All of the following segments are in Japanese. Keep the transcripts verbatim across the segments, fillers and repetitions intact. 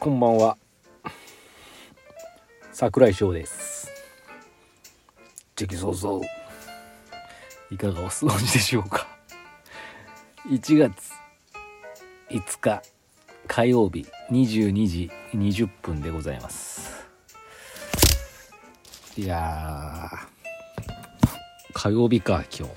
こんばんは、桜井翔です。時期早々いかがお過ごしでしょうか。いちがついつか火曜日にじゅうにじにじゅっぷんでございます。いやー火曜日か。今日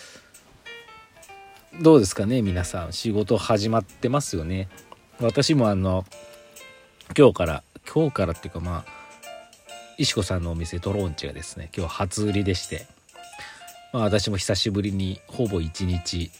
どうですかね、皆さん仕事始まってますよね。私もあの今日から今日からっていうかまあ石子さんのお店トロンチがですね今日初売りでして、まあ、私も久しぶりにほぼ一日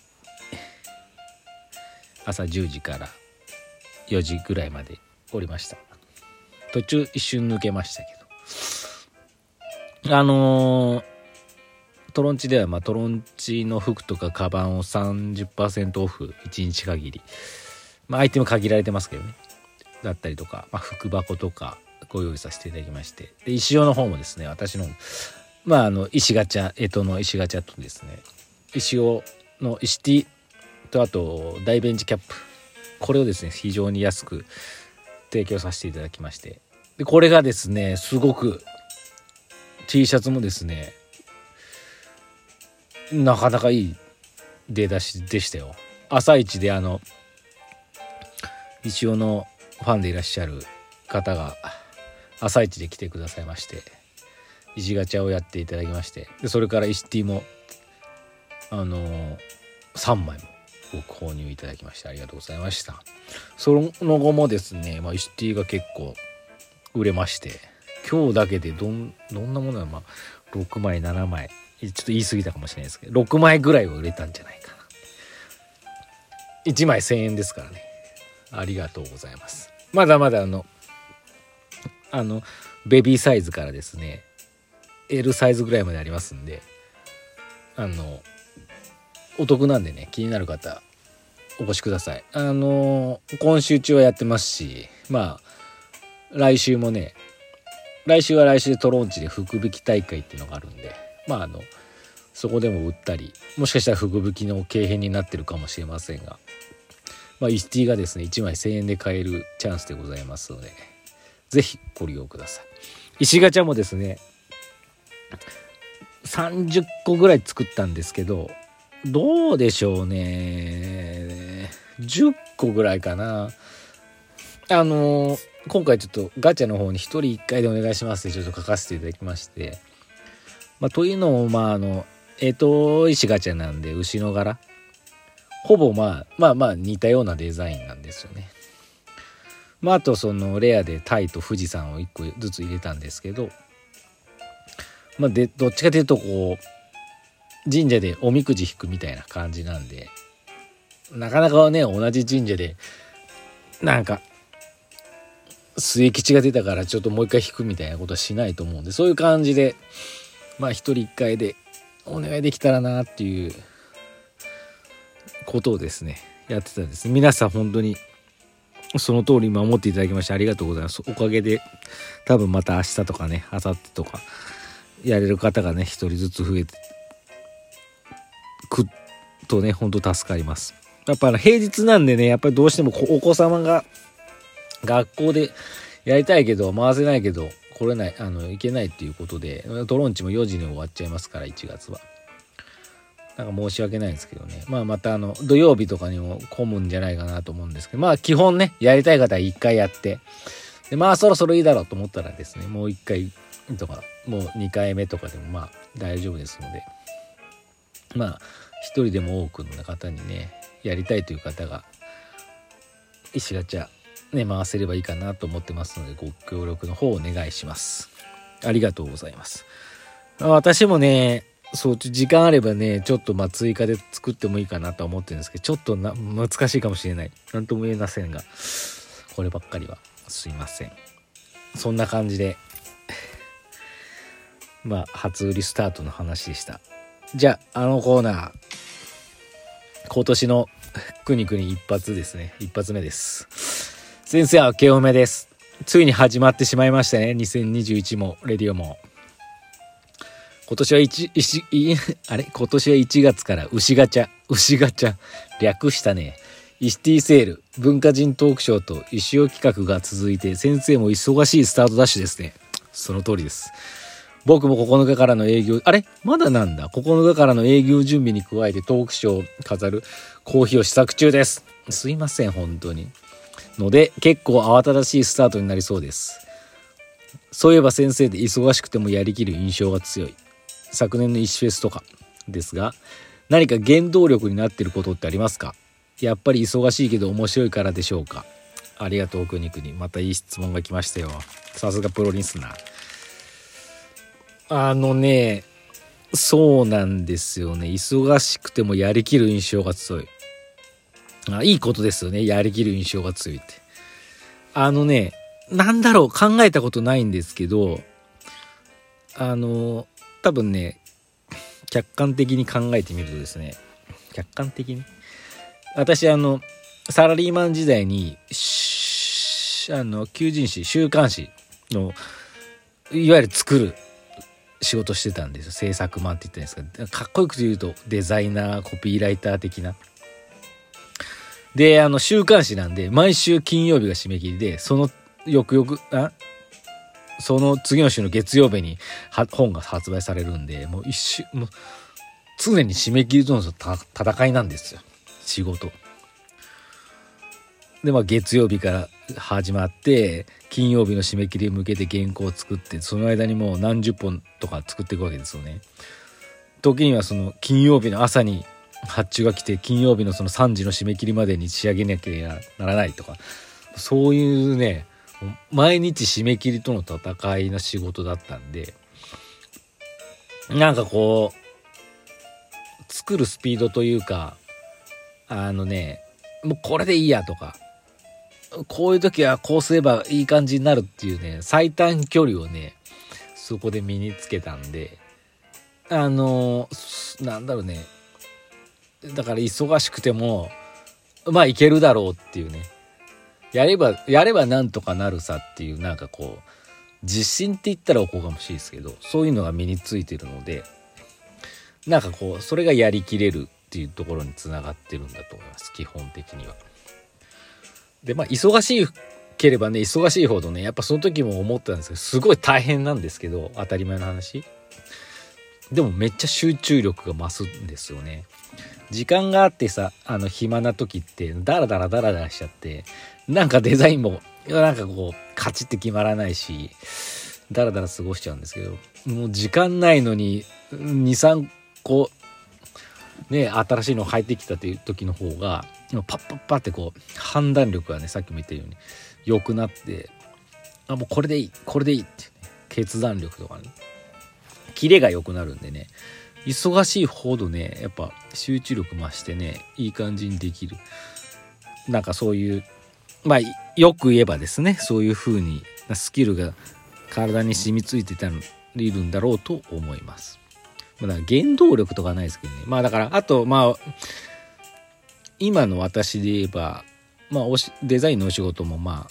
朝じゅうじからよじぐらいまでおりました。途中一瞬抜けましたけど、あのー、トロンチでは、まあ、トロンチの服とかカバンを さんじゅっパーセント オフいちにち限り、まあ、アイテム限られてますけどねだったりとか、まあ、服箱とかご用意させていただきまして、で石尾の方もですね私のまああの石ガチャ干支の石ガチャとですね石尾の石 T とあと大ベンチキャップ、これをですね非常に安く提供させていただきまして、でこれがですねすごく T シャツもですねなかなかいい出だしでしたよ。朝一であの石尾のファンでいらっしゃる方が朝一で来てくださいまして、石ガチャをやっていただきまして、でそれから石 T もあのー、さんまいもご購入いただきましてありがとうございました。その後もですね、まあ、石 T が結構売れまして、今日だけでどんどんなものはまあろくまいななまい、ちょっと言い過ぎたかもしれないですけどろくまいぐらいは売れたんじゃないかな。いちまいせんえんですからね。ありがとうございます。まだまだあのあのベビーサイズからですね エル サイズぐらいまでありますんで、あのお得なんでね、気になる方お越しください。あの今週中はやってますし、まあ来週もね、来週は来週でトロンチで福引き大会っていうのがあるんで、まああのそこでも売ったり、もしかしたら福引きの景品になってるかもしれませんが、まあ、イスティがですねいちまいせんえんで買えるチャンスでございますので、ぜひご利用ください。石ガチャもですねさんじゅっこぐらい作ったんですけど、どうでしょうね、じゅっこぐらいかな。あのー、今回ちょっとガチャの方にひとりいっかいでお願いしますってちょっと書かせていただきまして、まあ、というのもまああのえっと石ガチャなんで牛の柄ほぼまあまあまあ似たようなデザインなんですよね。まああとそのレアでタイと富士山をいっこずつ入れたんですけど、まあでどっちかというとこう神社でおみくじ引くみたいな感じなんで、なかなかね同じ神社でなんか末吉が出たからちょっともう一回引くみたいなことはしないと思うんで、そういう感じでまあ一人一回でお願いできたらなっていうことをですねやってたんです。皆さん本当にその通り守っていただきましてありがとうございます。おかげで多分また明日とかね明後日とかやれる方がね一人ずつ増えてくとね本当助かります。やっぱ平日なんでね、やっぱりどうしてもお子様が学校でやりたいけど回せないけど来れないあの行けないっていうことで、トロンチもよじに終わっちゃいますからいちがつは。なんか申し訳ないんですけどね、まあまたあの土曜日とかにも混むんじゃないかなと思うんですけど、まあ基本ねやりたい方はいっかいやって、でまあそろそろいいだろうと思ったらですねもういっかいとかもうにかいめとかでもまあ大丈夫ですので、まあ一人でも多くの方にねやりたいという方が石ガチャね回せればいいかなと思ってますので、ご協力の方お願いします。ありがとうございます。私もねそう時間あればねちょっとまあ追加で作ってもいいかなと思ってるんですけど、ちょっとな難しいかもしれない、なんとも言えませんが、こればっかりはすいません。そんな感じでまあ初売りスタートの話でした。じゃああのコーナー今年のくにくに一発ですね、一発目です。先生は明けおめです。ついに始まってしまいましたね、にせんにじゅういちもレディオも。今年は1、1あれ今年はいちがつから牛ガチャ牛ガチャ略したねイシティセール、文化人トークショーと石尾企画が続いて、先生も忙しいスタートダッシュですね。その通りです。僕もここのかからの営業、あれまだなんだ。ここのかからの営業準備に加えてトークショーを飾るコーヒーを試作中です。すいません、本当に。ので、結構慌ただしいスタートになりそうです。そういえば先生で忙しくてもやりきる印象が強い。昨年の石フェスとかですが、何か原動力になっていることってありますか？やっぱり忙しいけど面白いからでしょうか？ありがとう、くにくに。またいい質問が来ましたよ。さすがプロリスナー。あのね、そうなんですよね。忙しくてもやりきる印象が強い。あ、いいことですよね。やりきる印象が強いって。あのね、なんだろう、考えたことないんですけど、あの、多分ね、客観的に考えてみるとですね、客観的に私、あの、サラリーマン時代に、あの、求人誌、週刊誌の、いわゆる作る仕事してたんですよ。制作マンって言ったんですか。かっこよく言うとデザイナー、コピーライター的な。で、あの週刊誌なんで毎週金曜日が締め切りで、その翌々あその次の週の月曜日に本が発売されるんで、もう一週もう常に締め切りとの戦いなんですよ。仕事。で、まあ月曜日から始まって金曜日の締め切りに向けて原稿を作って、その間にもう何十本とか作っていくわけですよね。時にはその金曜日の朝に発注が来て、金曜日のそのさんじの締め切りまでに仕上げなきゃならないとか、そういうね、毎日締め切りとの戦いの仕事だったんで、なんかこう作るスピードというか、あのね、もうこれでいいやとか、こういう時はこうすればいい感じになるっていうね、最短距離をね、そこで身につけたんで、あのなんだろうね、だから忙しくてもまあいけるだろうっていうね、やればやればなんとかなるさっていう、なんかこう自信って言ったらおこがましいですけど、そういうのが身についてるので、なんかこうそれがやりきれるっていうところにつながってるんだと思います、基本的には。で、まあ忙しければね、忙しいほどね、やっぱその時も思ったんですけど、すごい大変なんですけど、当たり前の話。でもめっちゃ集中力が増すんですよね。時間があってさ、あの暇な時ってダラダラダラダラしちゃって、なんかデザインもなんかこうカチッて決まらないし、ダラダラ過ごしちゃうんですけど、もう時間ないのににさんこね、新しいの入ってきたという時の方がパッパッパってこう判断力がね、さっきも言ったように良くなって、あ、もうこれでいいこれでいいって、ね、決断力とかね、キレが良くなるんでね、忙しいほどね、やっぱ集中力増してね、いい感じにできる。なんかそういう、まあよく言えばですね、そういう風にスキルが体に染みついているんだろうと思います。だから原動力とかないですけどね。まあだからあとまあ今の私で言えば、まあおしデザインのお仕事もま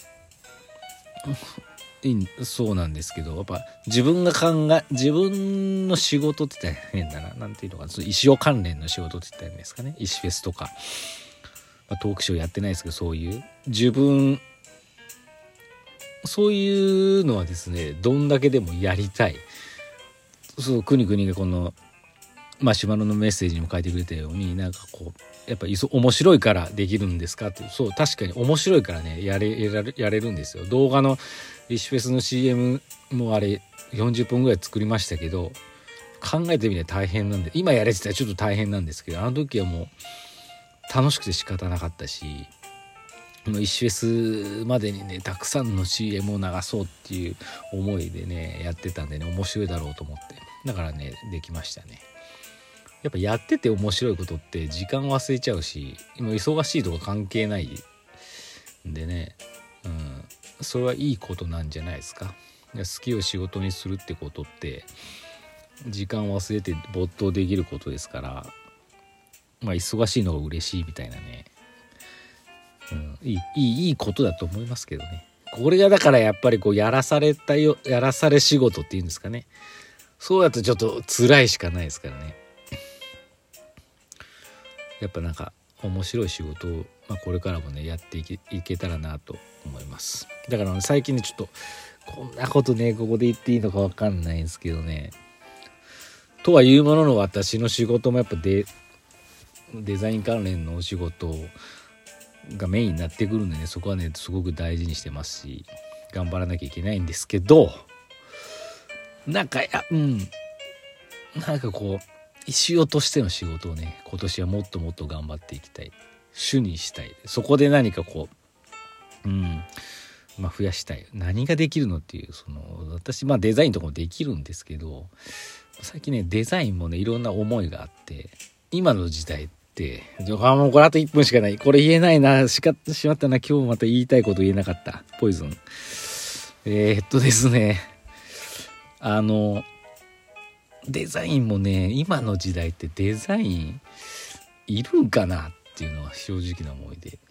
あそうなんですけど、やっぱ自分が考え自分の仕事って言ったら変だな、なんていうのかな、石尾関連の仕事って言ったらいいんですかね、石フェスとか、まあ、トークショーやってないですけど、そういう自分そういうのはですね、どんだけでもやりたい。そう、くにくにがこのまあ島野のメッセージにも書いてくれたように、なんかこうやっぱり面白いからできるんですかって、そう、確かに面白いからね、やれやれやれるんですよ。動画の石フェスの シーエム もあれよんじゅっぷんぐらい作りましたけど、考えてみれば大変なんで、今やれてたらちょっと大変なんですけど、あの時はもう楽しくて仕方なかったし、石フェスまでにね、たくさんの シーエム を流そうっていう思いでねやってたんでね、面白いだろうと思って、だからねできましたね。やっぱやってて面白いことって時間忘れちゃうし、今忙しいとか関係ないんでね、うん、それはいいことなんじゃないですか。好きを仕事にするってことって時間忘れて没頭できることですから、まあ忙しいのが嬉しいみたいなね、うん、いいいいいいことだと思いますけどね。これがだからやっぱりこうやらされたよやらされ仕事っていうんですかね、そうだとちょっと辛いしかないですからね。やっぱなんか面白い仕事を、 まあ、これからもねやっていけ、いけたらなと思います。だから、ね、最近ねちょっとこんなことねここで言っていいのか分かんないんですけどね、とはいうものの私の仕事もやっぱデデザイン関連のお仕事がメインになってくるんでね、そこはねすごく大事にしてますし頑張らなきゃいけないんですけど、なんかやうんなんかこう一応としての仕事をね今年はもっともっと頑張っていきたい、主にしたい、そこで何かこううんまあ増やしたい、何ができるのっていう、その私まあデザインとかもできるんですけど、最近ねデザインもねいろんな思いがあって、今の時代ってあもうこれあといっぷんしかない、これ言えないな、しかしまったな、今日また言いたいこと言えなかった、ポイズンえー、っとですねあのデザインもね今の時代ってデザインいるんかなっていうのは正直な思いで、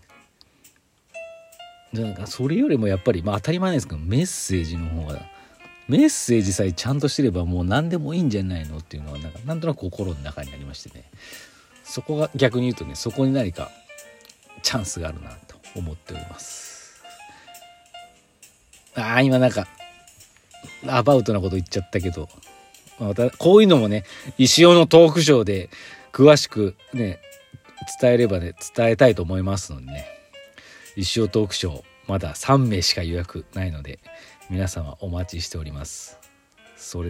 なんかそれよりもやっぱりまあ当たり前なんですけどメッセージの方が、メッセージさえちゃんとしてればもう何でもいいんじゃないのっていうのはなんかなんとなく心の中になりましてね、そこが逆に言うとねそこに何かチャンスがあるなと思っております。ああ今なんかアバウトなこと言っちゃったけど、またこういうのもね石尾のトークショーで詳しくね伝えればね伝えたいと思いますのでね、石尾トークショーまださんめいしか予約ないので皆様お待ちしております。それ